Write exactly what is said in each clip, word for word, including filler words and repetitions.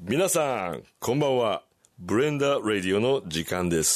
皆さんこんばんは。ブレンダーラディオの時間です。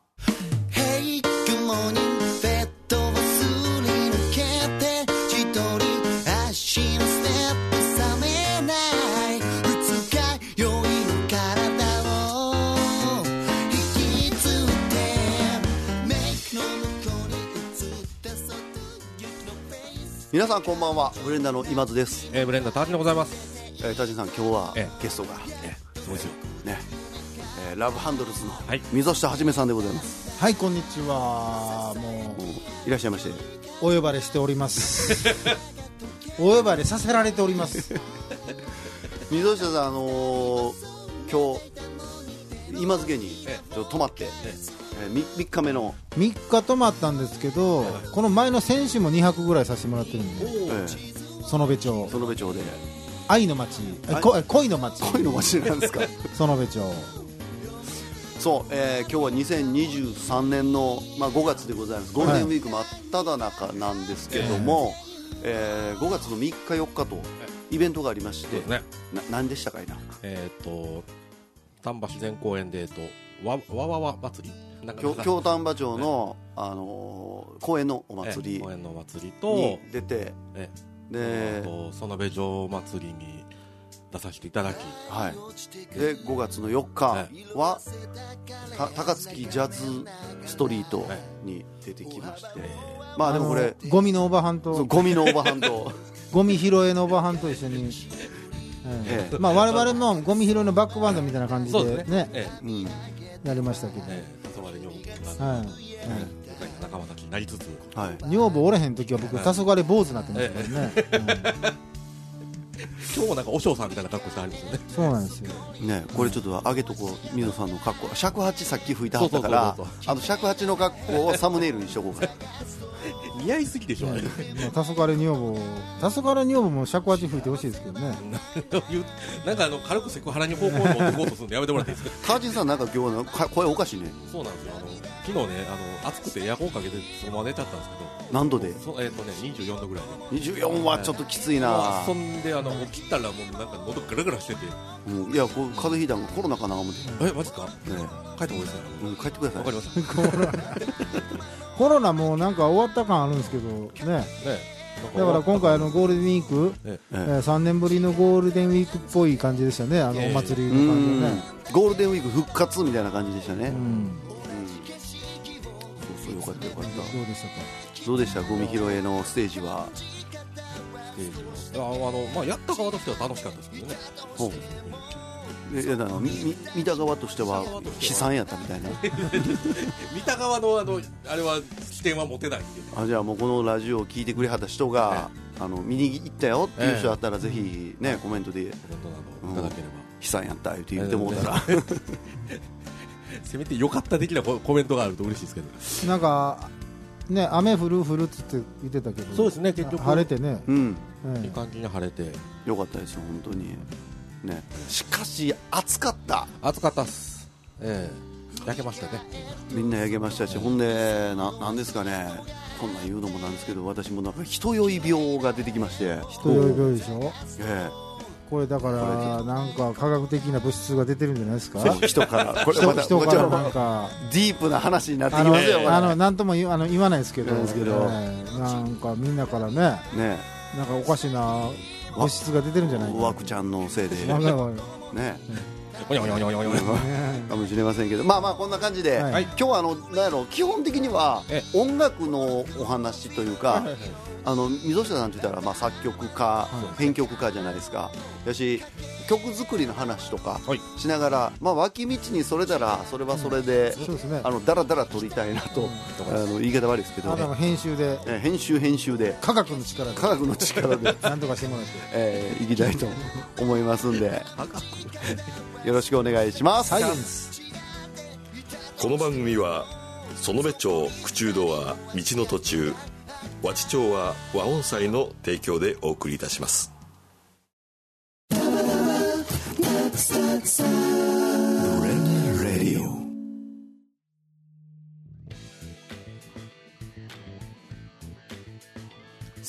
Hey, good morning. ベッドをすり抜けて一人足のステップ冷めない二日酔いの体を引きつってメイクの向こうに映ったその雪のフェイス。 皆さんこんばんは。ブレンダーの今津です。 えー、ブレンダータージでございます。 えー、タジさん今日はえゲストが、 えー、すごいですよね、えー、ラブハンドルズのはい溝下はじめさんでございます。 はい、こんにちは。もいらっしゃいまして。 うお呼ばれしておりますお呼ばれさせられております溝下さん、あのー、今日今津家にちょっと泊まって、ええー、みみっかめのみっか泊まったんですけど、この前の先週もにはくぐらいさせてもらってるんで、 えー、 園部町園部町で愛の町、こ恋の町恋の町なんですか園部町。 そう、えー、今日はにせんにじゅうさんねんの、まあ、ごがつでございます。ゴールデンウィーク真っ只中なんですけども、はい、えー、ごがつのみっかよっかとイベントがありまして、 ね、 な何でしたかいな。 えっ、ー、と丹波自然公園で、えっとわわわわ祭り、 京京丹波町の、ね、あのー、公園のお祭り、 公園のお祭りとに出て、 えで園部町祭りに出させていただき、 はい、でごがつのよっかは、た高槻ジャズストリートに出てきまして、まあでもこれゴミのおばはんとゴミのおばはんとゴミ拾いのおばはんと一緒に、ええ、まあ我々もゴミ拾いのバックバンドみたいな感じで ね, ね、ええ、うん、やりましたけど、 ええ、誘われ女房が、はい、仲間たちになりつつ、 はい、女房おれへん時は僕、はい、黄昏坊主になってますからね、ええ、うん、 今日もなんかお嬢さんみたいな格好してありますよね。 そうなんですよね。これちょっと上げとこう、水野さんの格好、尺八さっき吹いてはったから、あの尺八の格好をサムネイルにしとこうか似合いすぎでしょ、ね、 黄昏女房黄昏女房も尺八吹いてほしいですけどねなんかあの軽くセクハラに方向に持っていこうとするのやめてもらっていいですか。 タージンさんなんか今日は声おかしいね。 そうなんですよ。あの昨日ね、あの暑くてエアコンかけてそのまま寝ちゃったんですけど。 何度で？ そえっ、ー、とねにじゅうよんどぐらいで。にじゅうよんはちょっときついな。 まあ、そんであの起きたらもうなんか喉ガラガラしてて、 うん、いやこう風邪ひいたのコロナかな思って。 えマジか？ね帰った方がいいですね。 うん、帰ってください。 わかりました。 コロナもうなんか終わった感あるんですけどね。ねだから今回あのゴールデンウィーク、えええー、さんねんぶりのゴールデンウィークっぽい感じでしたね。あのお祭りの感じでね。 ゴールデンウィーク復活みたいな感じでしたね。うん、うん、そうそうよかったよかった。 どうでしたか？ どうでしたゴミ拾いのステージは？ ステージはああの、まあ、やった側としては楽しかったですけどね。ほういやだから見見た側としては悲惨やったみたいな見た側のあのあれは視点は持てないんで、 あじゃあもうこのラジオを聞いてくれはった人が、ええ、あの見に行ったよっていう人だったら、ええ、ぜひねコメントで、 うん、いただければ悲惨やったって言ってもうたら、 ええ、せめて良かった的なコメントがあると嬉しいですけど、 なんかね雨降る降るっつって言ってたけど、 そうですね結局晴れてね、 うん、 ええ、いい感じに晴れてよかったですよ本当に。ね、しかし暑かった暑かったっす、えー、焼けましたね。 みんな焼けましたし、ほんで な, なんですかねこんなん言うのもなんですけど、私もなんか人酔い病が出てきまして。 人酔い病でしょ、 ええ、 これだからなんか科学的な物質が出てるんじゃないですか。 人からこれまた人からなんかディープな話になってきますよ。 あのなんとも言 わ, あの言わないですけど、 ですけど、 えー、なんかみんなから ね, ねなんかおかしな物質が出てるんじゃないかな。 ワクちゃんのせいでね、かもしれませんけど、まあまあこんな感じで、はい、今日はあのなんやろ基本的には音楽のお話というか、あの溝下さんといったらまあ作曲家、はい、編曲家じゃないですか。だし曲作りの話とかしながら、はい、まあ脇道にそれたらそれはそれで、うん、そうですね、あのだらだら撮りたいなと、うん、あの言い方悪いですけど、 あとは編集で、 え編集編集で科学の力で科学の力でなんとかしてもらって、 えー、いきたいと思いますんでよろしくお願いします。はい、 この番組は園部町口中道は道の途中、和知町は和音祭の提供でお送りいたします。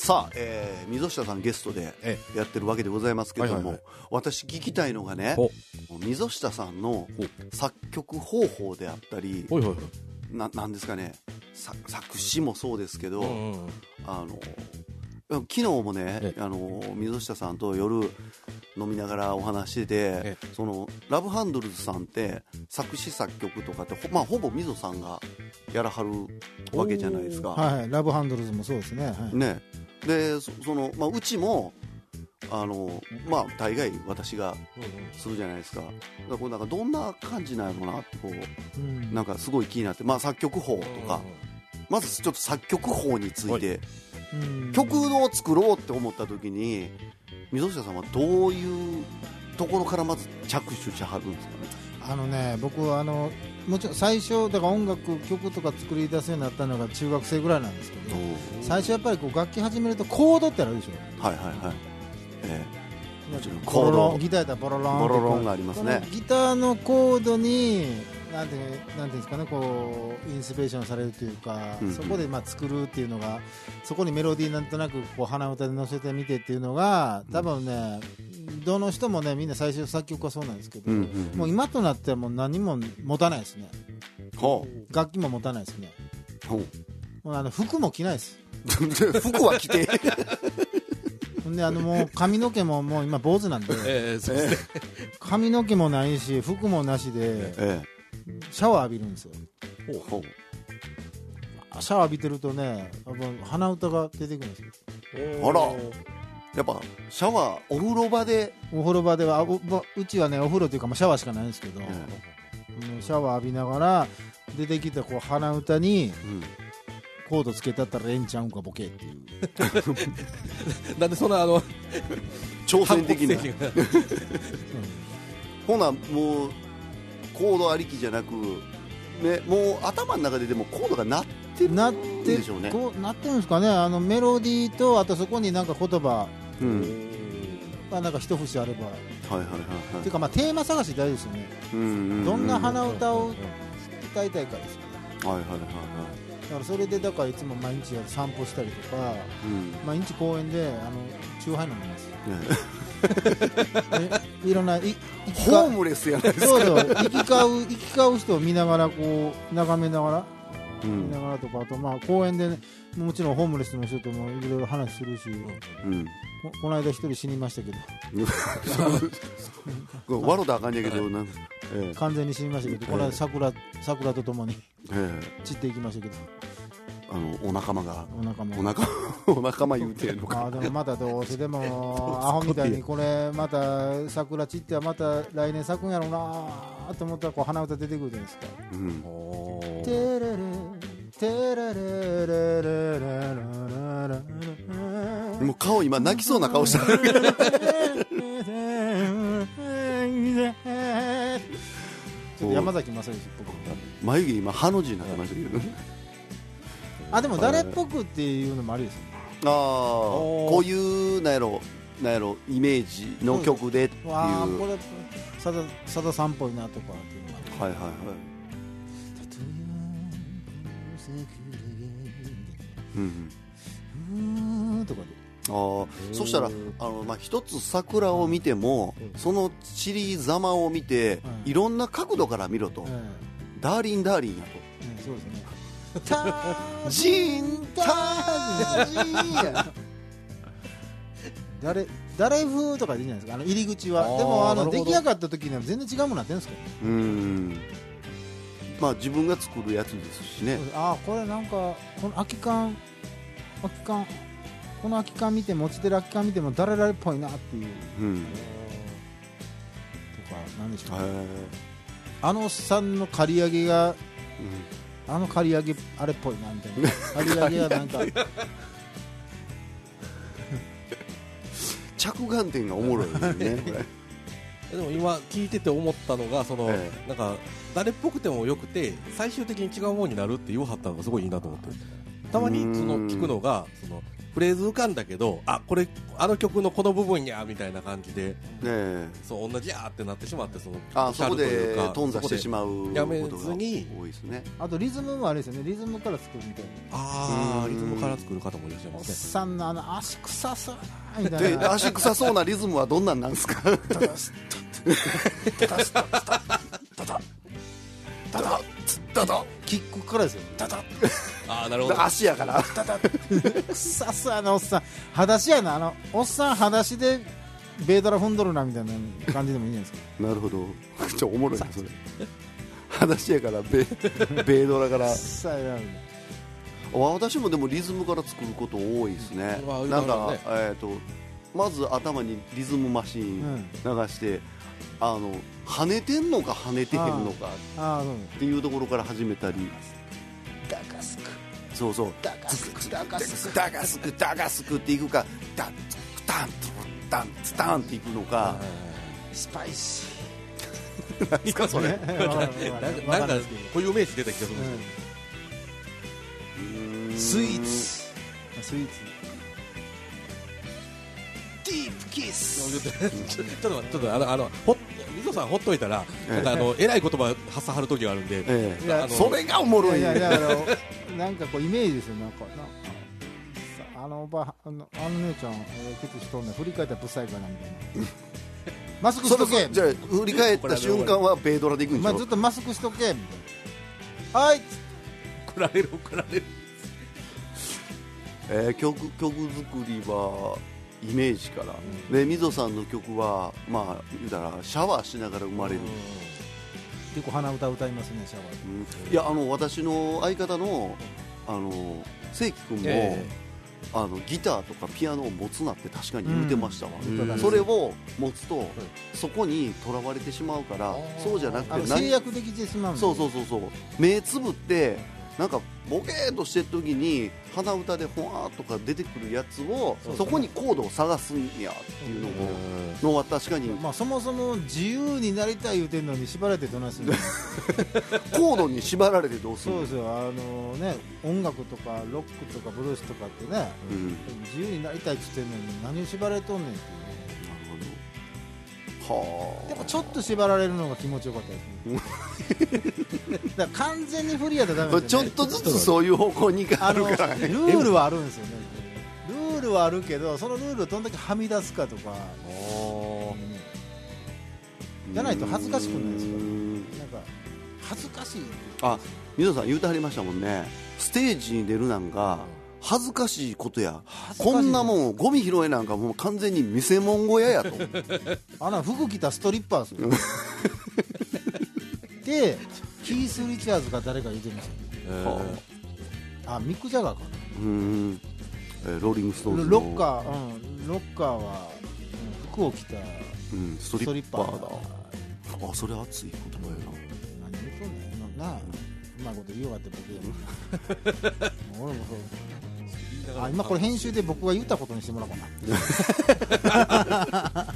さあ、えー、溝下さんゲストでやってるわけでございますけども、はいはいはい、私聞きたいのがね、溝下さんの作曲方法であったり、はいはいはい、な, なんですかね、作詞もそうですけど、うんうん、あの昨日もね、あの溝下さんと夜飲みながらお話してて、そのラブハンドルズさんって作詞作曲とかって ほ,、まあ、ほぼ溝さんがやらはるわけじゃないですか。 はいはい、ラブハンドルズもそうですね。はい、 ねで そ, その、まあ、うちもあの、まあ、大概私がするじゃないですか。だからこうなんかどんな感じなんやろうなってこう、うん、なんかすごい気になって、まあ、作曲法とか、まずちょっと作曲法について、うん、曲を作ろうって思った時に溝下さんはどういうところからまず着手しはるんですかね。 あのね、僕はあのもちろん最初だから音楽曲とか作り出すようになったのが中学生ぐらいなんですけど、最初やっぱりこう楽器始めるとコードってあるでしょ。はいはいはい、えー、もちろんコード、ギターやったらボロロンボロロンがありますね。 ギターのコードになんて、なんていうんですかね、こうインスピレーションされるというか、うんうん、そこでまあ作るっていうのが、そこにメロディーなんとなくこう鼻歌で乗せてみてっていうのが多分ね、うん、どの人もねみんな最初作曲はそうなんですけど、うんうんうん、もう今となってはもう何も持たないですね。ほう、楽器も持たないですね。ほう、もうあの服も着ないです。 服は着てであのもう髪の毛ももう今坊主なんで、えーそうですね、髪の毛もないし服もなしで、えーシャワー浴びるんですよ。ほうほう、シャワー浴びてるとね、鼻歌が出てくるんですよ。 あら、やっぱシャワーお風呂場で、 お風呂場では う, うちはねお風呂というか、まあ、シャワーしかないんですけど、うん、シャワー浴びながら出てきたこう鼻歌に、うん、コードつけたったらええんちゃうんかボケっていうなんでそんなあの挑戦的な、うん、ほなもうコードありきじゃなく、ね、もう頭の中ででもコードが鳴ってるんでしょうね。 こう鳴ってるんですかね。あのメロディーとあとそこになんか言葉がなんか一節あれば、はいはいはいはい、っていうかまあテーマ探し大事ですよね。うんうんうん、どんな鼻歌を歌いたいかですよね。はいはいはいはい。だからそれでだからいつも毎日散歩したりとか、うん、毎日公園であのチューハイ飲みます。ねいろんないホームレスやないですか。 そうそう、行き交う行き交う人を見ながらこう眺めながら、うん、見ながらとか、あとまあ公園で、ね、もちろんホームレスの人ともいろいろ話するし、うん、こ, この間一人死にましたけど笑うたらあかんねんけど、なんか、 ええ、完全に死にましたけど、この間桜桜とともに、ええ、散っていきましたけど、 あのお仲間がお仲間お仲お仲間言うてんのか。 あでもまたどうせでもアホみたいにこれまた桜散ってはまた来年咲くんやろうなと思ったらこう鼻歌出てくるじゃないですか。うん、テレレテレレレレレレ、 もう顔今泣きそうな顔してる。 山崎まさし眉毛今ハの字になってましたけど。 あでも誰っぽくっていうのもありですよね。 ああ、こういうなんやろなんやろイメージの曲でっていう、うん、わこれさださださんっぽいなとかっていうのが、はいはいはい、 うんうんとかで、あそしたらあの、まあ、一つ桜を見ても、うん、その散りざまを見て、うん、いろんな角度から見ろと、うん、ダーリンダーリンやと、うん、そうですね。タージンタージンや誰誰風とかでいいじゃないですか、あの入り口は。でもあの出来上がった時には全然違うものになってるんですか。うーん、 まあ自分が作るやつですしね。 あこれなんかこの空き缶空き缶この空き缶見て持ち手空き缶見ても誰々っぽいなっていう、うん、とかなんでしょうね。あのおっさんの刈り上げが、うん、あの刈り上げあれっぽいなみたいな。刈り上げはなんか着眼点がおもろいですね。これでも今聞いてて思ったのがその、ええ、なんか誰っぽくてもよくて最終的に違うものになるって言わはったのがすごいいいなと思って。たまにその聞くのがそのフレーズ浮かんだけど、あこれあの曲のこの部分やみたいな感じで、 ね、 そう同じやってなってしまって、そのあそこで頓挫してしまうやめことがずに多いですね。 あとリズムもあれですよね、リズムから作るみたいな。 ああリズムから作る方もいらっしゃいおっますね。 さんのあの足臭さみたいでな。 足臭そうなリズムはどんなんなんですか？ タタスタタスタタタタタタタタタキックからですよ。タタああなるほど。 足やからタタ臭そうやなおっさん。裸足やな、あのおっさん裸足でベイドラ踏んどるなみたいな感じでもいいんじゃないですか。 なるほど。ちょおもろいなそれ。裸足やからベベイドラから臭いな。 私もでもリズムから作ること多いですね、 うん、 なんか、 ねえー、とまず頭にリズムマシーン流して、うん、あの跳ねてんのか跳ねてへんのかっていうところから始めたり、 ダガスクそうそうダガスクダガスクダガスクダガスクっていくか、ダンダンダンダンっていくのか、 スパイシー何ですかそれなんかこういう名詞出た気がするんですけど、 スイーツスイーツディープキスちょっと待って、ちょっとあのあのほ水野さんほっといたら、ええ、なんかあのえらい言葉挟はる時があるんで、 ええ、いやあのそれがおもろい。 いやいやいやなんかこうイメージですよ。なんかなんかあのおばあのあの姉ちゃんケツしとんねん、振り返ったらブサイかなみたいなマスクしとけ。 じゃあ振り返った瞬間はベイドラでいくんでしょ。 まあ、ずっとマスクしとけみたいな。はい怒られる怒られる。 えー、曲, 曲作りはイメージから、うん、でみぞさんの曲はまあ言うたらシャワーしながら生まれる、うん、 結構鼻歌歌いますねシャワー、うん、いやあの私の相方のあの正規君も、えー、あのギターとかピアノを持つなって確かに言ってましたわ、うん、それを持つと、うん、そこにとらわれてしまうから、そうじゃなくて制約できてしまうんで、 そうそうそうそう、目つぶってなんかボケーっとしてる時に鼻歌でほわーとか出てくるやつを そ, そこにコードを探すんやっていうのものは確かに、 まあ、そもそも自由になりたい言うてんのに縛られてどないするのコードに縛られてどうするの。 そうですよ、あのね、音楽とかロックとかブルースとかってね、うん、自由になりたいって言ってんのに何を縛られとんねんっていうね。はあ、でもちょっと縛られるのが気持ちよかったですねだから完全にフリーやったらダメですよね。 ちょっとずつそういう方向に行かあるから、ね、 ルールはあるんですよね。ルールはあるけど、そのルールをどんだけはみ出すかとか、うん、じゃないと恥ずかしくないですか。なんか恥ずかしい。 あ、水野さん言うてはりましたもんね。ステージに出るなんか恥ずかしいことや、こんなもんゴミ拾えなんかもう完全に見せ物小屋やとあら服着たストリッパーですよでキース・リチャーズが誰か言ってましたよ、ね、あミック・ジャガーかな。 うーん、えー、ローリング・ストーンズのロッカー、うん、ロッカーは、うん、服を着た、 うん、ストリッパーだ。あ、それ熱い言葉やな。 何言うとんねんな、うまいこと言いよがって僕や俺もそうあ、今これ編集で僕が言ったことにしてもらおうかな。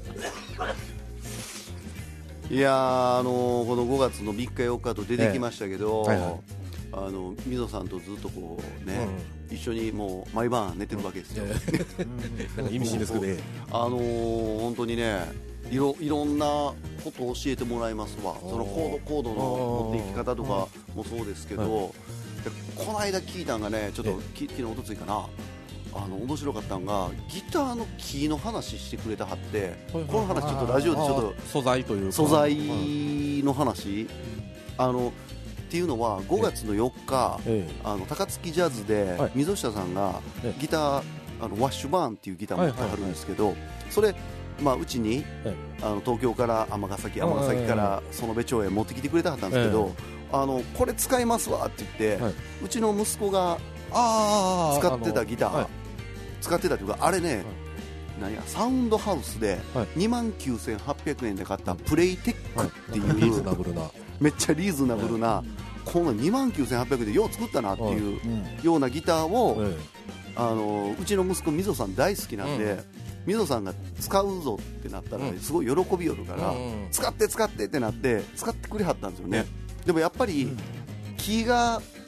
いやー、あのー、このごがつのみっかよっかと出てきましたけど、ええはいはい、あのみぞさんとずっとこうね、うん、一緒にもう毎晩寝てるわけですよ、 うん、なんか意味深ですけどね、 あのー、本当にね、いろ、いろんなことを教えてもらいますわ。そのコード、コードの持っていき方とかもそうですけど、この間聞いたんがね、ちょっとき昨日おとついかな、あの面白かったんが、ギターのキーの話してくれたはって、この話ちょっとラジオでちょっと素材というか素材の話、あのっていうのはごがつのよっか、あの高槻ジャズで溝下さんがギター、あのワッシュバーンっていうギター持ってはるんですけど、それまあうちにあの東京から尼崎尼崎から園部町へ持ってきてくれたはったんですけど、あのこれ使いますわって言って、うちの息子が使ってたギター使ってたというか、あれね、何やサウンドハウスでにまんきゅうせんはっぴゃくえんで買ったプレイテックっていう、 リーズナブルな、 めっちゃリーズナブルな、このにまんきゅうせんはっぴゃくえんでよう作ったなっていうようなギターを、あのうちの息子みぞさん大好きなんで、みぞさんが使うぞってなったらすごい喜びよるから、使って使ってってなって使ってくれはったんですよね。でもやっぱりキーが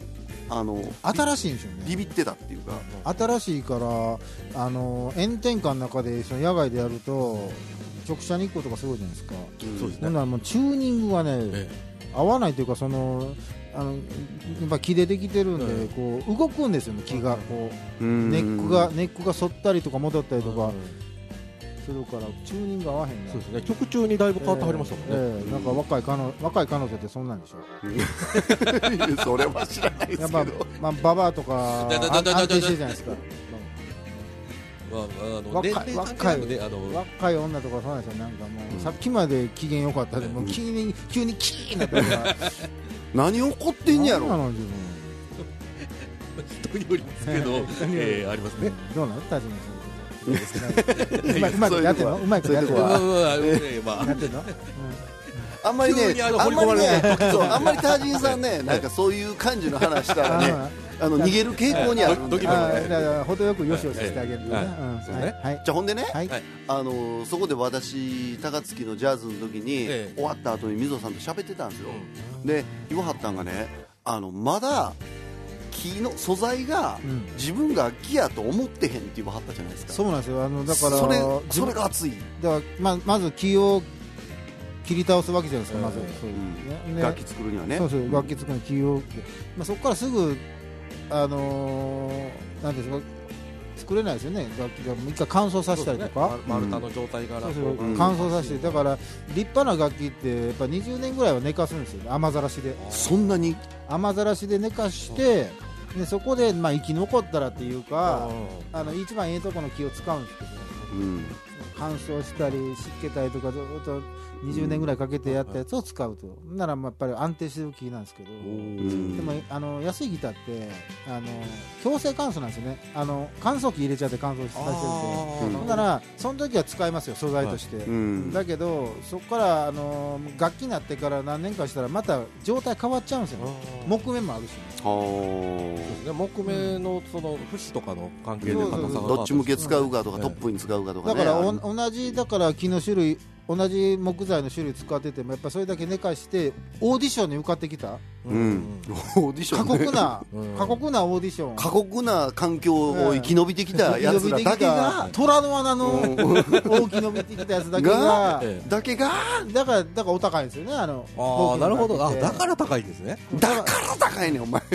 あの新しいんですよね。 ビビってたっていうか、 新しいからあの炎天下の中でその野外でやると直射日光とかすごいじゃないですか。 そうですね。 ほんならもうチューニングがね、 え合わないというか、そのあのやっぱ木でできてるんで、 うんこう動くんですよね、木がこううんネックがネックが反ったりとか戻ったりとかするからチューニング合わへんな。 そうですね。曲中にだいぶ変わってはりましたもんね。 ええなんか若い彼女若い彼女ってそんなんでしょ。 それは知らないですやっぱけど、 まあババアとかだだだだだだ安定してるじゃないですか。 まああの若い年齢関係若ないくね、あの若い女とかそうなんですよ。なんかもう、さっきまで機嫌良かったで、もう急に急にキーンなってるから何起こってんやろ。 なんなの自分。 人によりますけど、えー、ありますね。 どうなのタジのそういううまくやってんの？うまくやってんの？ そういうとこはまあやってんの？ あんまりね急にあのあんまりね掘り込まれそうあんまりタージンさんねなんかそういう感じの話したらねあの逃げる傾向にあるんで、 ドキドキああだから程よくよしよししてあげるとね。 はいうんそうねはいじゃあほんでね、 はいはいあのそこで私高槻のジャズの時に、 ええ終わった後に溝さんと喋ってたんですよ、で言わはったんがねあのまだ木の素材がうん自分が木やと思ってへんって言わはったじゃないですか。 そうなんですよ。あのだからそれ自分それが熱い、 だからままず木を切り倒すわけじゃないですか。まずうんそういううんね楽器作るにはねそうそう楽器作るの木をまあそこからすぐあのーなんていうんですか作れないですよね。楽器が一回乾燥させたりとか。 丸太の状態からそうそううん乾燥させて、だから立派な楽器ってやっぱにじゅうねんぐらいは寝かすんですよ、雨ざらしでそんなに雨ざらしで寝かしてでそこでまあ生き残ったらっていうかあの一番ええとこの木を使うんですけど、 うん乾燥したり湿気たりとかずっとにじゅうねんぐらいかけてやったやつを使うと、ならまあやっぱり安定してる木なんですけど、 うんでもあの安いギターってあの強制乾燥なんですよね。あの乾燥機入れちゃって乾燥させてるんで、 うんだからその時は使えますよ素材として、 うんだけどそこからあの楽器になってから何年かしたらまた状態変わっちゃうんですよね。木目もあるしね。 は木目のその節とかの関係でそうそう硬さがあどっち向け使うかとかうんトップに使うかとかねだからおある同じだから木の種類同じ木材の種類使っててもやっぱそれだけ寝かしてオーディションに受かってきたうんオーディショ過ンね酷なうん過酷なオーディション過酷な環境を生き延びてきたやつらだけが虎の穴の大き伸びてきたやつだけがえだけがだからだからお高いんですよね。あのああなるほど。あ僕の楽器ってだから高いんですね。 だから高いねんお前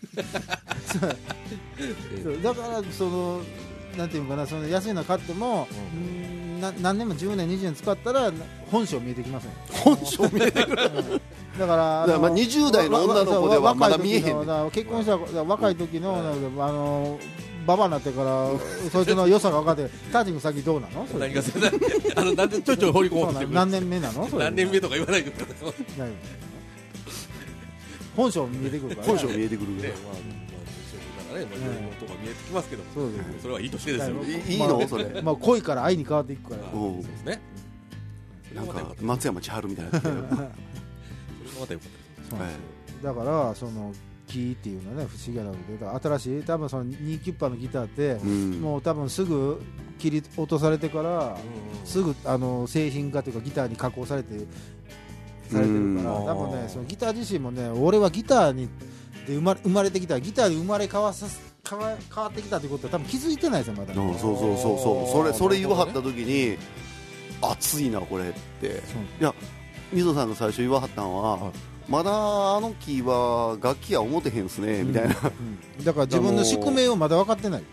そうだからそのなんていうのかなその安いの買っても、うん、な何年もじゅうねんにじゅうねん使ったら本性見えてきますね。 本性見えてくるだからあのだからまあにじゅう代の女の子ではまだ見えへんねん若い時のだから結婚しただから若い時の、あのババアになってからそいつの良さが分かってタージング先どうなのそれ何がそれなあのなんでちょいちょい掘り込もうとしてくる。 何年目なのそれ何年目とか言わないでください。 何本性見えてくるから、 本性見えてくるね、まあ、まあ、だからね、まあ、いろいろとか見えてきますけど、 そうですそれはいいとしてですよ。 はいいいいのそれまあ恋から愛に変わっていくからうんそうですね。 なんか松山千春みたいになってるそれがまた良かったです。 そうなんですよだからその木っていうのはね不思議なのでだから新しい多分そのニーキュッパのギターって、 うんもう多分すぐ切り落とされてからすぐあの製品化というかギターに加工されてされてるからうん多分ねそのギター自身もね俺はギターにで生まれ生まれてきたギターに生まれ変わさ変わ変わってきたということは多分気づいてないですよまだ、 うんそうそうそうそうそれそれ言わはった時に熱いなこれってそういや溝さんが最初言わはったのは、 はいまだあの木は楽器や思ってへんすね、みたいな、 うんだから自分の宿命をまだ分かってない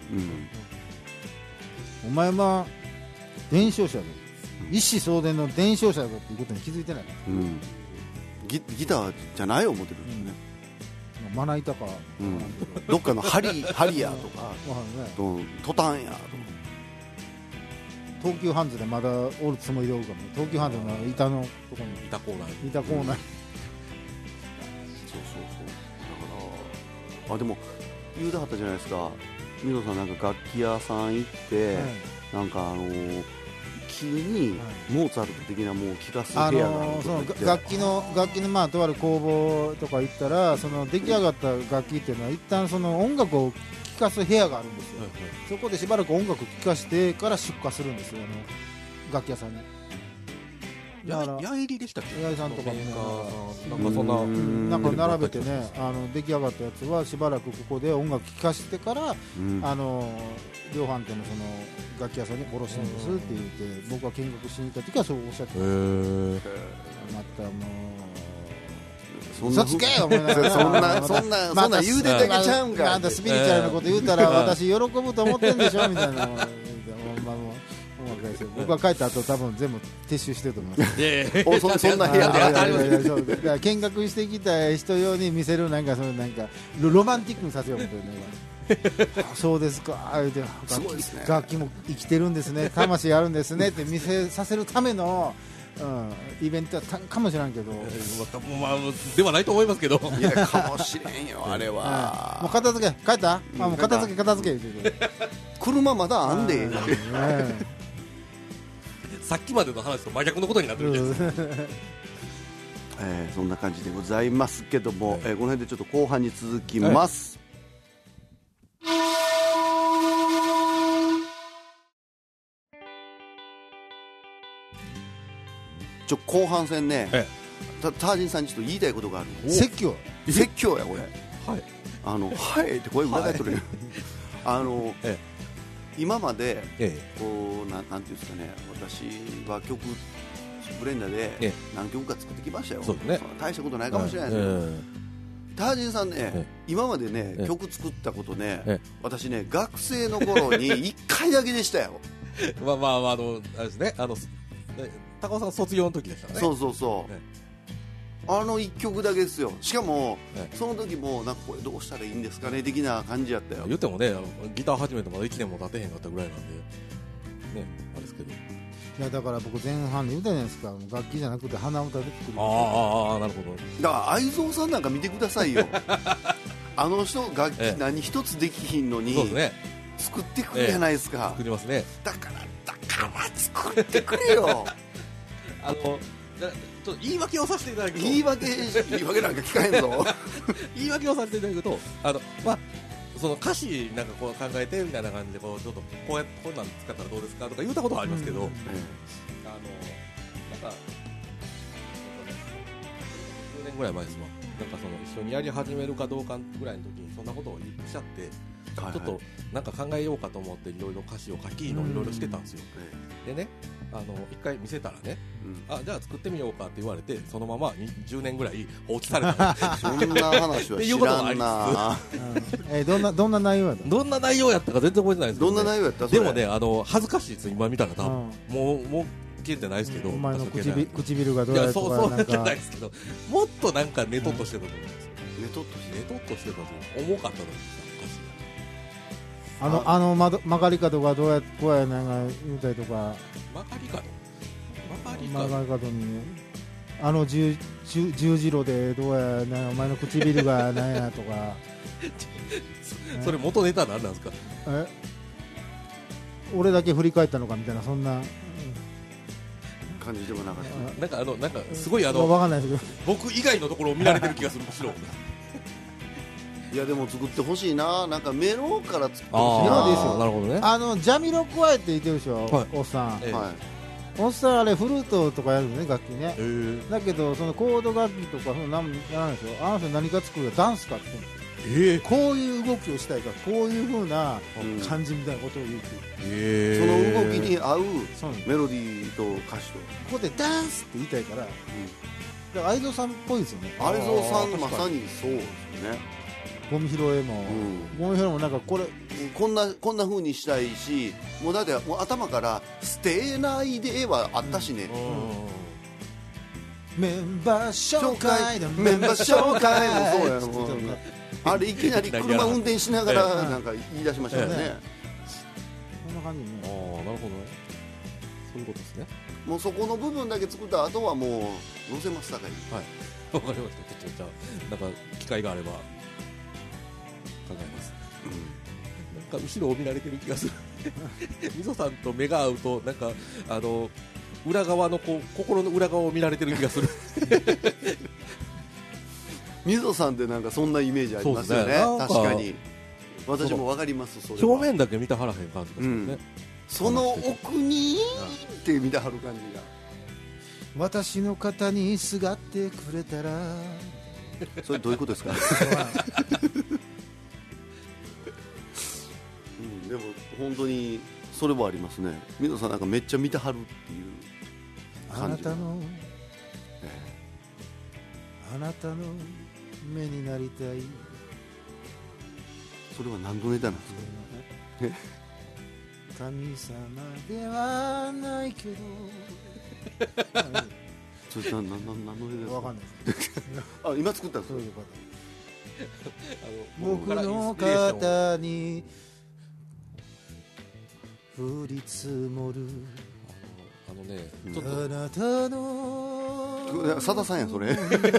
うんお前は伝承者だ一子相伝の伝承者だっていうことに気づいてないうん、ギギターじゃない思ってるんですね、 まな板か、 うんわからんけどどっかの針針やとかわかんないねとトタンやとか東急ハンズでまだおるつもりでおるかも東急ハンズの板のとこに板コーナーに。 板コーナーに、 そうそうそうだからあでも言うてはったじゃないですか水野さんなんか楽器屋さん行って、なんかあのー木にモーツァルト的なもう聴かす部屋あがあるのーそのとか言って、 楽器の楽器のまあとある工房とか行ったらその出来上がった楽器っていうのは一旦その音楽を聴かす部屋があるんですよ、そこでしばらく音楽聴かしてから出荷するんですよあの楽器屋さんにやや入りでしたっけ、 八重さんとかもね、 なんかそんななんか並べてね、あの出来上がったやつはしばらくここで音楽聴かせてから、うん、あの量販店のその楽器屋さんに卸すんですって言って、僕は見学しに行った時はそうおっしゃってた。またもう嘘つけよ、お前な。 そんなそんなそんな言うてだけちゃうんか。 なんだスピリチュアルなこと言うたら私喜ぶと思ってんでしょみたいな。僕は帰った後多分全部撤収してると思います。いやいやそ, そんな部屋であります。見学してきた人用に見せるなんかそのなんかロマンティックにさせようみたいな。そうですか。言うてすごいですね。 楽器も生きてるんですね。魂あるんですねって見せさせるための。うん、イベントはたかもしれんけど、 まあ、ではないと思いますけど、 いやかもしれんよあれは。 もう片付け帰った？あもう片付け片付け言うて車まだあんで。 さっきまでの話と真逆のことになってるじゃないですか。 えー、そんな感じでございますけども、えー、この辺でちょっと後半に続きます。ちょ後半戦ね、ええ、タージンさんにちょっと言いたいことがある。 説教説教やこれ。はい。あのはいって声裏返っとるよ。あの、ええ、今まで、ええ、こうななんていうんですかね、私は曲ブレンダーで何曲か作ってきましたよ。そうですね。大したことないかもしれないですけど、ええ、タージンさんね、ええ、今までね、ええ、曲作ったことね、ええ、私ね学生の頃にいっかいだけでしたよ。 まあまああのあれですね、あの高尾さん卒業の時でしたね。 そうそうそう、ね、あのいっきょくだけですよ。しかも、ね、その時もなんかこれどうしたらいいんですかね的な感じやったよ。 言ってもねギター始めてまだいちねんも経てへんかったぐらいなんでねあれですけど、いやだから僕前半で言ったじゃないですか、楽器じゃなくて鼻歌で作る。 ああなるほど。 だから愛蔵さんなんか見てくださいよ。あの人楽器何一つできひんのに、ね、作ってくるじゃないですか、 ええ、作りますね。 だからだから作ってくれよ。 あのちょっと言い訳をさせていただくと、 言い訳言い訳なんか聞かへんぞ。 言い訳をさせていただくと、あのまあその歌詞なんかこう考えてみたいな感じでこうちょっとこうやってこんなん使ったらどうですかとか言ったことはありますけど、うんうん、あのなんかじゅうねんぐらい前ですわ。なんかその一緒にやり始めるかどうかぐらいの時にそんなことを言っちゃって。はいはい、ちょっとなんか考えようかと思っていろいろ歌詞を書きのいろいろしてたんですよ。でね、あの一回見せたらね、うん、あじゃあ作ってみようかって言われてそのままじゅうねんぐらい放置された。 そんな話は知らんな。 えどんなどんな内容やった？ どんな内容やったか全然覚えてないんですけど、ね、 どんな内容やった？ でもねあの恥ずかしいです今見たら多分、うん、もうもう消えてないですけど、 お前の唇、唇がどうやとかそうそうなんじゃないですけど、もっとなんかネトッとしてたと思うんですよ。 ネトッとしてネトッとしてたと重かったと思うんですよ。 あのあの曲がり角がどうやこうやなんか言うたりとか、 曲がり角曲がり角にあの十十字路でどうやなお前の唇がなんやとか。 それ元ネタなんなんですか？ え俺だけ振り返ったのかみたいなそんな感じでもなかった。 なんかあのなんかすごいあのわかんないですけど僕以外のところを見られてる気がするむしろ。 いやでも作ってほしいな。なんかメロから作ってほしいな。 メロですよ。 なるほどね。 あのジャミロクワイって言ってるでしょ、はい、おっさん、ええ、はい、おっさんあれフルートとかやるのね楽器ね、えー、だけどそのコード楽器とかそのなんやらないでしょ。あの人何か作るかダンスかって言うんですよ、えー、こういう動きをしたいからこういう風な感じみたいなことを言うて、 えー、その動きに合うメロディーと歌詞とここでダンスって言いたいから、うん、だから愛蔵さんっぽいですよね。 愛蔵さんまさにそうですね。 ゴミ拾いも、うん、ゴミ拾いもなんかこれこんなこんな風にしたいし、もうだってもう頭から捨てないではあったしね、うんうん、メンバー紹介メンバー紹介もそうやもうあれいきなり車運転しながらなんか言い出しましたよね、ええ、こんな感じね。 ああなるほどね。そういうことですね。 もうそこの部分だけ作った後はもう乗せます。高い。 はいわかりました。ちょっとじゃあなんか機会があれば考えます、うん、なんか後ろを見られてる気がする。みぞさんと目が合うとなんかあの裏側のこう心の裏側を見られてる気がする。 みぞさんってなんかそんなイメージありますよね。確かに私も分かります。それは表面だけ見たはらへん感じですよね、うん、 その奥にって見たはる感じが。 私の肩にすがってくれたらそれどういうことですか、うん、でも本当にそれもありますね。水野さんなんかめっちゃ見てはるっていうあなたの、ええ、あなたの目になりたい。 それは何のネタなんですか。 神様ではないけどそれ何のネタですか。 わかんないですあ、今作ったんですか。 そういう僕の肩に降り積もるあのね、 ちょっとあなたのさださんやそれ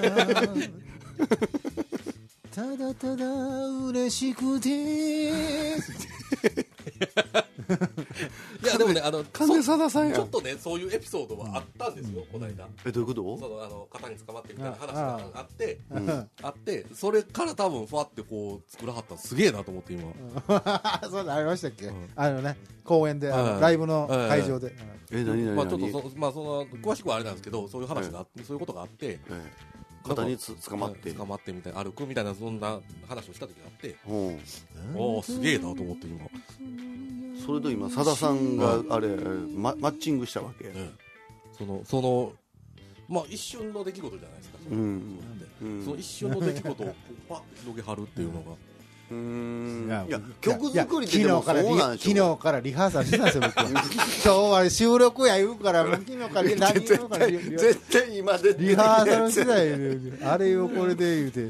ただただ嬉しくていやでもね、あの金さださんやちょっとね、そういうエピソードはあったんですよ、この間。 え、どういうこと。 そのあの肩に捕まってみたいな話があって、うん、あってそれから多分ふわってこう作らはったのすげえなと思って今そうありましたっけ、うん、あのね公園であのライブの会場で、 え、何何まあちょっとそ、まあ、その詳しくはあれなんですけど、そういう話があって、そういうことがあって、 肩につ捕まって捕まってみたいな、歩くみたいな、そんな話をした時があって、おおすげえなと思って今それと今さださんがあれ、マ, マッチングしたわけ、 ね、そのそのまあ一瞬の出来事じゃないですか、その、うんうん、その一瞬の出来事をパッと広げはるっていうのがうーん、いや曲作りってでもそうなんでしょ。 昨日からリハーサルしてたんですよ僕は今日は収録や言うから昨日からリ絶対絶対今でリハーサルしてたよあれをこれで言うて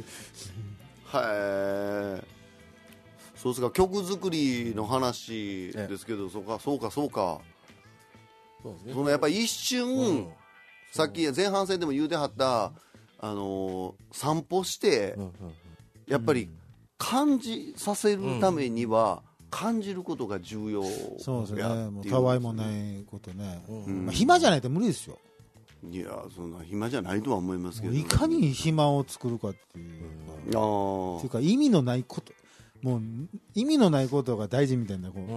はい。そうですか、曲作りの話ですけど、そうかそうかそうかそうですね。そのやっぱり一瞬、うん、さっき前半戦でも言うてはったあのー、散歩して、うんうん、やっぱり感じさせるためには、うん、感じることが重要やっていう。 そうですね。もうたわいもないことね、うんまあ、暇じゃないと無理ですよ。 いやそんな暇じゃないとは思いますけど、ね、 いかに暇を作るかっていう、うん、あっていうか意味のないこと、もう意味のないことが大事みたいなこう、うん、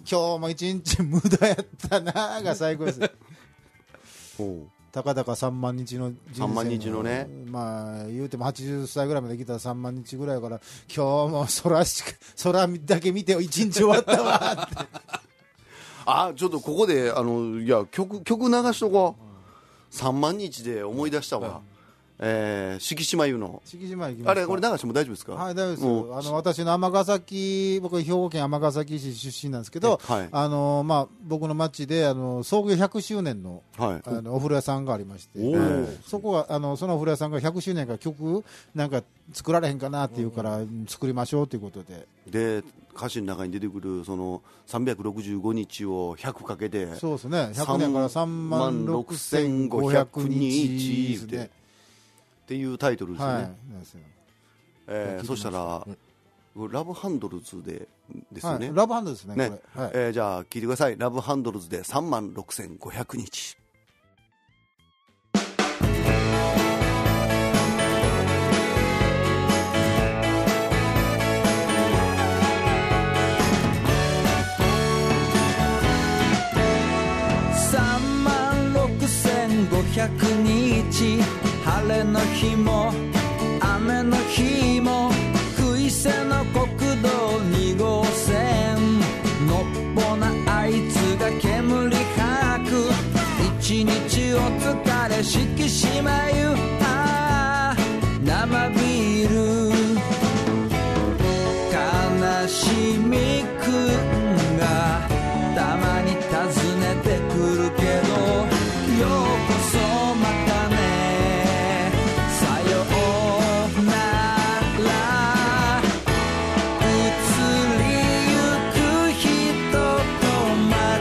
今日も一日無駄やったなが最高ですほうたかだかさんまん日の人生さんまん日のね、 まあ言うてもはちじゅっさいぐらいまで来たらさんまん日ぐらいから今日も空しか空だけ見て一日終わったわってあちょっとここであのいや曲曲流しとこう、うん、さんまん日で思い出したわ、うんえー、敷島湯の敷島行きますか。 あれこれ流しても大丈夫ですか。 はい大丈夫ですよ。あの私の尼崎、僕は兵庫県尼崎市出身なんですけど、はい、あのまあ僕の町であの創業ひゃくしゅうねん の,、はい、あのお風呂屋さんがありまして、えー、そこがあのそのお風呂屋さんがひゃくしゅうねんから曲なんか作られへんかなっていうから、うん、作りましょうということで。 で歌詞の中に出てくるそのさんびゃくろくじゅうごにちをひゃくかけて、 そうですね。ひゃくねんからさんまんろくせんごひゃくにちですね。 っていうタイトルですね、はいえー、そしたら、うん、ラブハンドルズでですよね、 はい、ラブハンドルズですね、 ねこれ、はいえー、じゃあ聞いてください。ラブハンドルズでさんまんろくせんごひゃくにち。 さんまんろくせんごひゃくにち晴れの日も雨の日も杭瀬の国道にごうせんのっぽなあいつが煙吐く一日お疲れ敷島湯あ生ビール悲しみくんがたまに訪ねてくるけどようこそまたね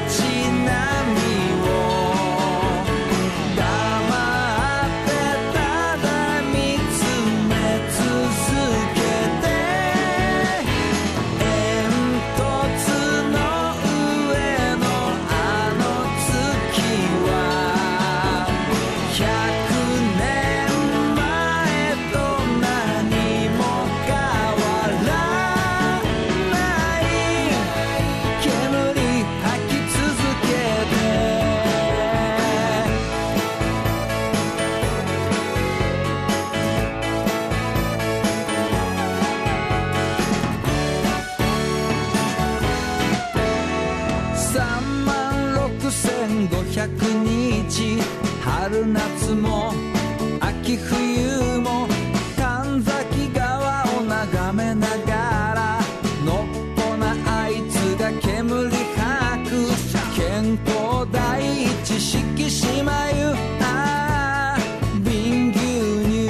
た秋冬も神崎川を眺めながらのっぽなあいつが煙吐く健康第一色島湯あー瓶牛乳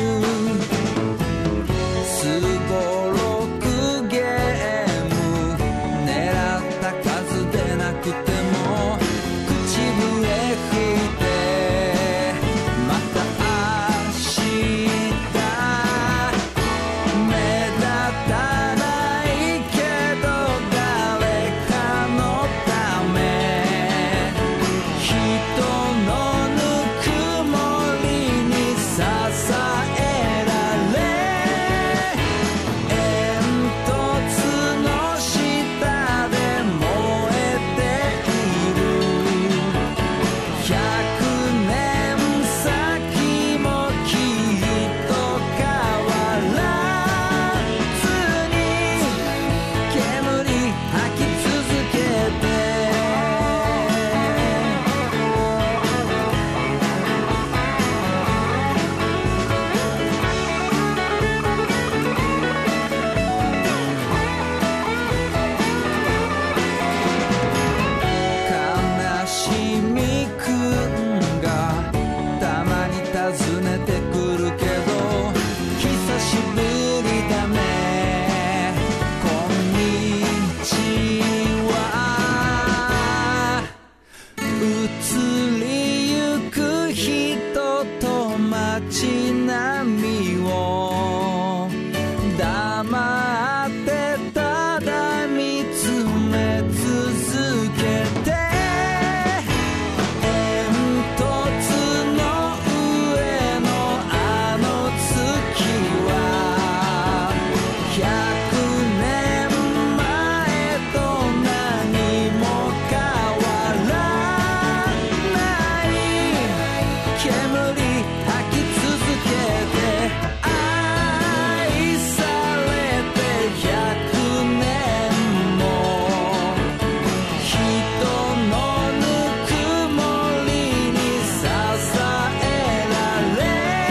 すごろくゲーム狙った数でなくても口笛吹いてまた明日目立たないけど誰かのため人のぬくもりに支えられ煙突の下で燃えているひゃくねん先もきっと変わらずに煙吐き続けて悲しみくんがたまに訪ねてくるけど久しぶりだねこんにちは移りゆく人と街並みを黙ってただ見つめ続けて煙突の上のあの月はひゃくねんまえと何も変わらない煙吐き続けて愛されてひゃくねんも人のぬくもりに支えられ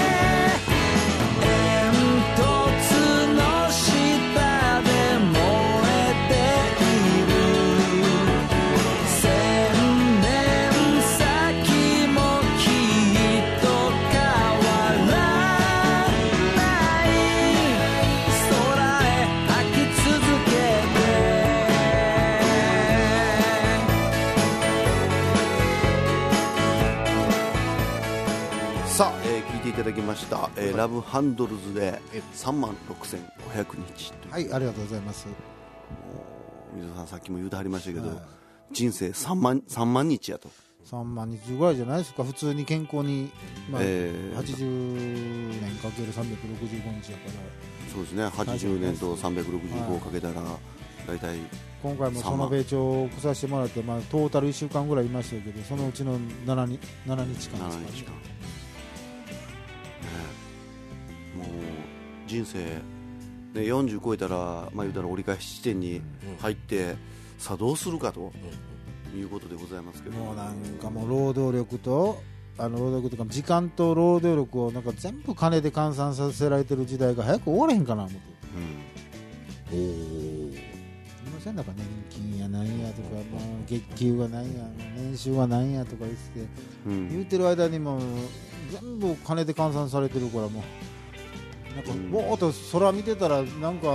煙突の下で燃えている千年先もきっと変わらない空へ吐き続けてさあ、えー聞いていただきました、えーラブハンドルズでさんまんろくせんごひゃくにちという、 はい、ありがとうございます。 水野さんさっきも言うてはりましたけど、 はい人生さんまんさんまん日やと、 さんまんにちぐらいじゃないですか、普通に健康に、まあえーはちじゅうねんかけるさんびゃくろくじゅうごにちやからそうですね、はちじゅうねんとさんびゃくろくじゅうごをかけたら大体今回もその米朝を来させてもらって、まあ、トータルいっしゅうかんぐらいいましたけど、そのうちの 7, にななにちかんですかななにちかん、 ね。 ね、もう人生、ね、よんじゅう超えたら、まあ、言うたら折り返し地点に入って、さあどうするかということでございますけど、 もうなんかもう労働力とあの労働力というか時間と労働力をなんか全部金で換算させられてる時代が早く終われへんかな思って、 うん、おー、 今せんなんか年金やなんやとか、まあ、月給がなんや年収がなんやとか言ってて、 うん、 言ってる間にも全部金で換算されてるから、もうなんかぼーっと空見てたらなんか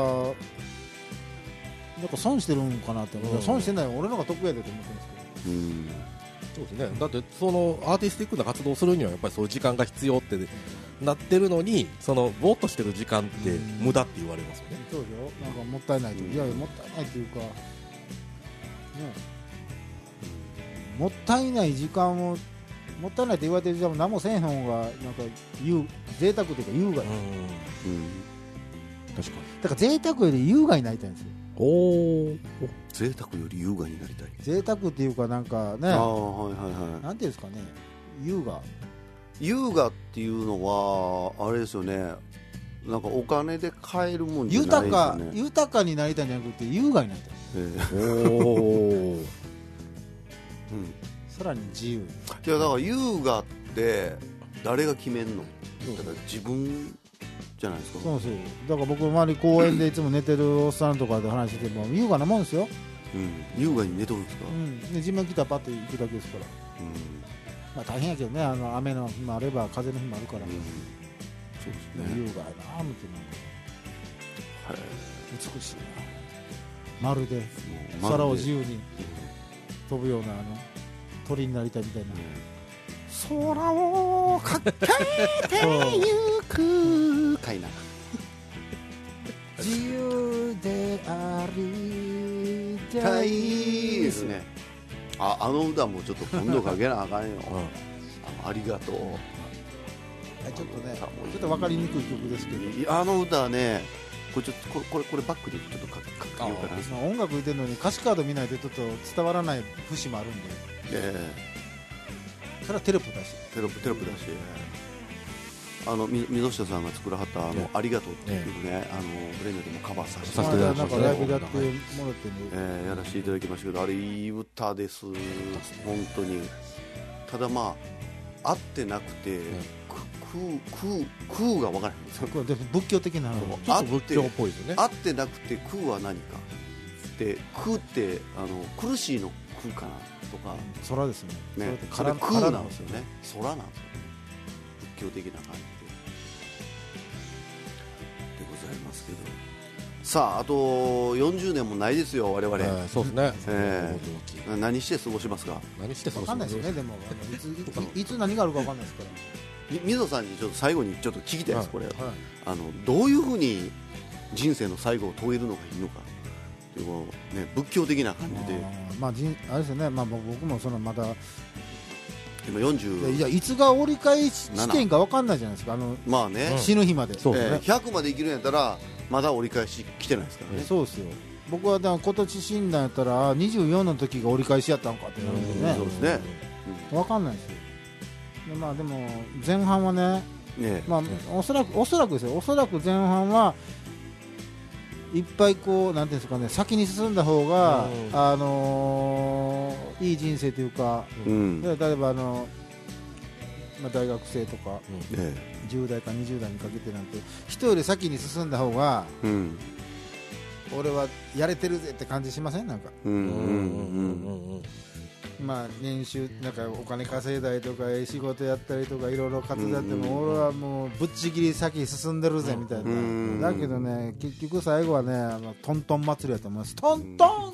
なんか損してるんかなって、うん、損してない俺の方が得やでと思ってるんですけど、 うん、 そうですね、だってそのアーティスティックな活動をするにはやっぱりそういう時間が必要ってなってるのに、そのぼーっとしてる時間って無駄って言われますよね。 そうでしょ、なんかもったいないと、いやいやもったいないっていうか、ね、もったいない時間をもったいないって言われてる時間も何もせえへん方がなんか優贅沢というか優雅、うん、 うん、 確かに。 だから贅沢より優雅になりたいんですよ。 おお、 贅沢より優雅になりたい。 贅沢っていうかなんかね、 ああ、はいはいはい。 なんていうんですかね、優雅。 優雅っていうのはあれですよね。なんかお金で買えるもんじゃないですよね。 豊か豊かになりたいんじゃなくて優雅になりたい。 えー、おお。うん。 さらに自由。 いやだから優雅って誰が決めんの？だから自分じゃないですか。 そうそう。だから僕周り公園でいつも寝てるおっさんとかで話してても優雅なもんですよ。 うん、優雅に寝とるんですか？ うん。で自分来たらパッと行くだけですから。うん。まあ大変やけどね、あの雨の日もあれば風の日もあるから。うん、そうですね。優雅やなみたいな。はい。美しいな。まるで空を自由に飛ぶようなあの鳥になりたいみたいな。空を駆けてゆくかいな。自由でありたいですね。あ、あの歌もちょっと今度かけなあかんよ。うん、あ, ありがとう。ちょっとね、ちょっと分かりにくい曲ですけど、あの歌はね、これちょっとこれこれこれバックでちょっとかかけようかな。音楽言ってるのに歌詞カード見ないとちょっと伝わらない節もあるんで。えーそれはテロップだしテロップテロップだし、あの溝下さんが作らはったあのありがとうっていうね、あのブレンドでもカバーさせていただきました。なんかライブやってもらってね、えー、やらせていただきましたけど、あれいい歌です。本当に。ただまあ合ってなくて、空空が分からないんですよ。仏教的なちょっと仏教っぽいですね。合ってなくて空は何かで、空ってあの苦しいの空かなとか、空ですね。ね、それ空なんですよね。空なんですよ。仏教的な感じででございますけど。さあ、あとよんじゅうねんもないですよ我々。えー、そうですね。えー、何して過ごしますか？何して過ごしますか？分かんないですよね。でもいついつ何があるか分かんないですから。水野さんにちょっと最後にちょっと聞きたいです。これ、はい、あのどういうふうに人生の最後を遂げるのがいいのか。ね、仏教的な感じで、あ、まあ、あれですよね、まあ、僕もそのまだ今よんじゅう、いやいつが折り返し地点か分かんないじゃないですか、あの、まあね、うん、死ぬ日まで、そうですね、えー、ひゃくまで生きるんやったらまだ折り返し来てないですからね。そうですよ。僕はだから今年死んだんやったらにじゅうよんの時が折り返しやったのかってなるんでね、そうですね、うん、分かんないですよ。で、まあ、でも前半はね、ね、まあ、おそらくおそらくですよ、おそらく前半はいっぱいこうなんていうんですかね、先に進んだ方が、うん、あのー、いい人生というか、うん、例えばあの、まあ、大学生とか、うん、じゅう代かにじゅう代にかけてなんて人より先に進んだ方が、うん、俺はやれてるぜって感じしません？なんか、うんうんうんうん、まあ、年収なんかお金稼いだりとか仕事やったりとかいろいろ活動やっても、俺はもうぶっちぎり先進んでるぜみたいな。だけどね、結局最後はね、あのトントン祭りやと思います。トントン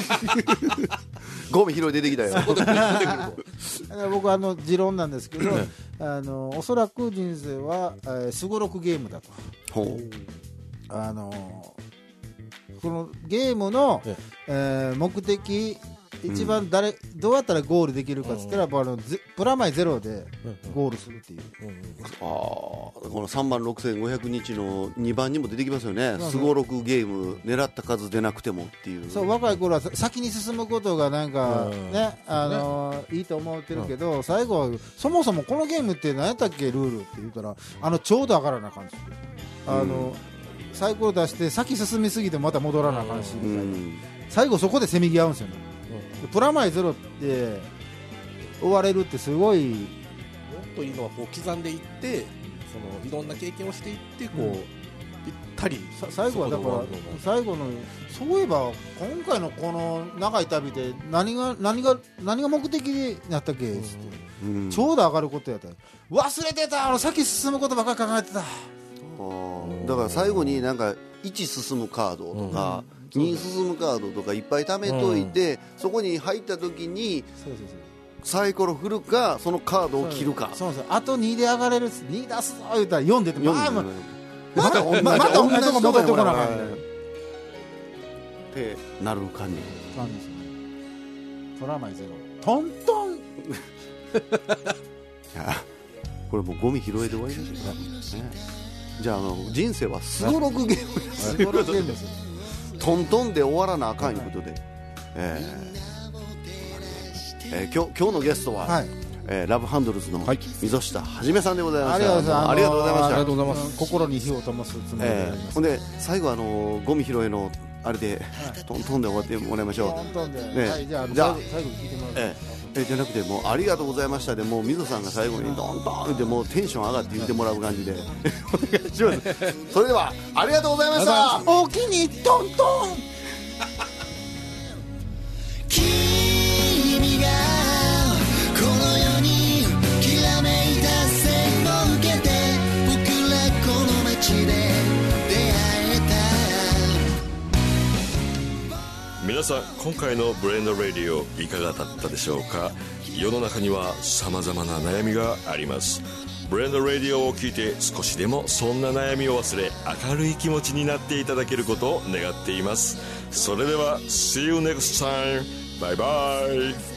ゴミ拾い出てきたよ僕はあの持論なんですけどあのおそらく人生はすごろくゲームだと。ほう、あのこのゲームの、えー、目的一番誰、うん、どうやったらゴールできるかって言ったら、うん、あのプラマイゼロでゴールするっていう、うんうん、あこのさんまんろくせんごひゃくにちのにばんにも出てきますよね。すごろくゲーム狙った数出なくてもっていう。そう、若い頃は先に進むことがなんか、うん、ね、あのー、いいと思ってるけど、うん、最後はそもそもこのゲームって何やったっけルールって言ったら、あのちょうど上がらなあかんし、あの、うん、サイコロ出して先進みすぎてまた戻らなあかんしみたいな、うん、最後そこでせめぎ合うんですよね。プラマイゼロって追われるってすごい。もっといいのはこう刻んでいって、そのいろんな経験をしていってこう、うん、ぴったり最後はだから最後のそういえば今回のこの長い旅で何が何が何が目的でやったっけ、うん、ちょうど上がることやったら忘れてた、あの先進むことばっかり考えてた。だから最後になんかいち進むカードとか、うん、に進むカードとかいっぱい貯めといて、うん、そこに入った時にそうそうそうサイコロ振るかそのカードを切るか。そうそうそう、あとにで上がれる、に出すぞ言うたらよん出て、まあまた同じまた同じとこ戻ってこなかったってなる感じなんですね。プラマイゼロトントンいやこれもうゴミ拾いで終わりですよね。じゃあ、あの人生はすごろくゲームです。すごろくゲームですトントンで終わらなあかんいうことで、えーえー、今日今日のゲストは、はい、えー、ラブハンドルズの溝下はじめさんでございました。ありがとうございました。ありがとうございます。心に火を灯すつもりであります。えー、ほんで最後、あのゴミ拾いのあれで、はい、トントンで終わってもらいましょう。 トントンで、 ね、 はい、じゃあ最後最後に聞いてもらう、 えええじゃなくてもうありがとうございましたでもう水さんが最後にドンドンってもうテンション上がって言ってもらう感じでお願いしますそれではありがとうございました。 おおきにトントン君がこの世にきらめいた線を受けて僕らこの街で出会えた。皆さん今回のブレンドラディオいかがだったでしょうか。世の中には様々な悩みがあります。ブレンドラディオを聞いて少しでもそんな悩みを忘れ明るい気持ちになっていただけることを願っています。それでは See you next time. Bye bye.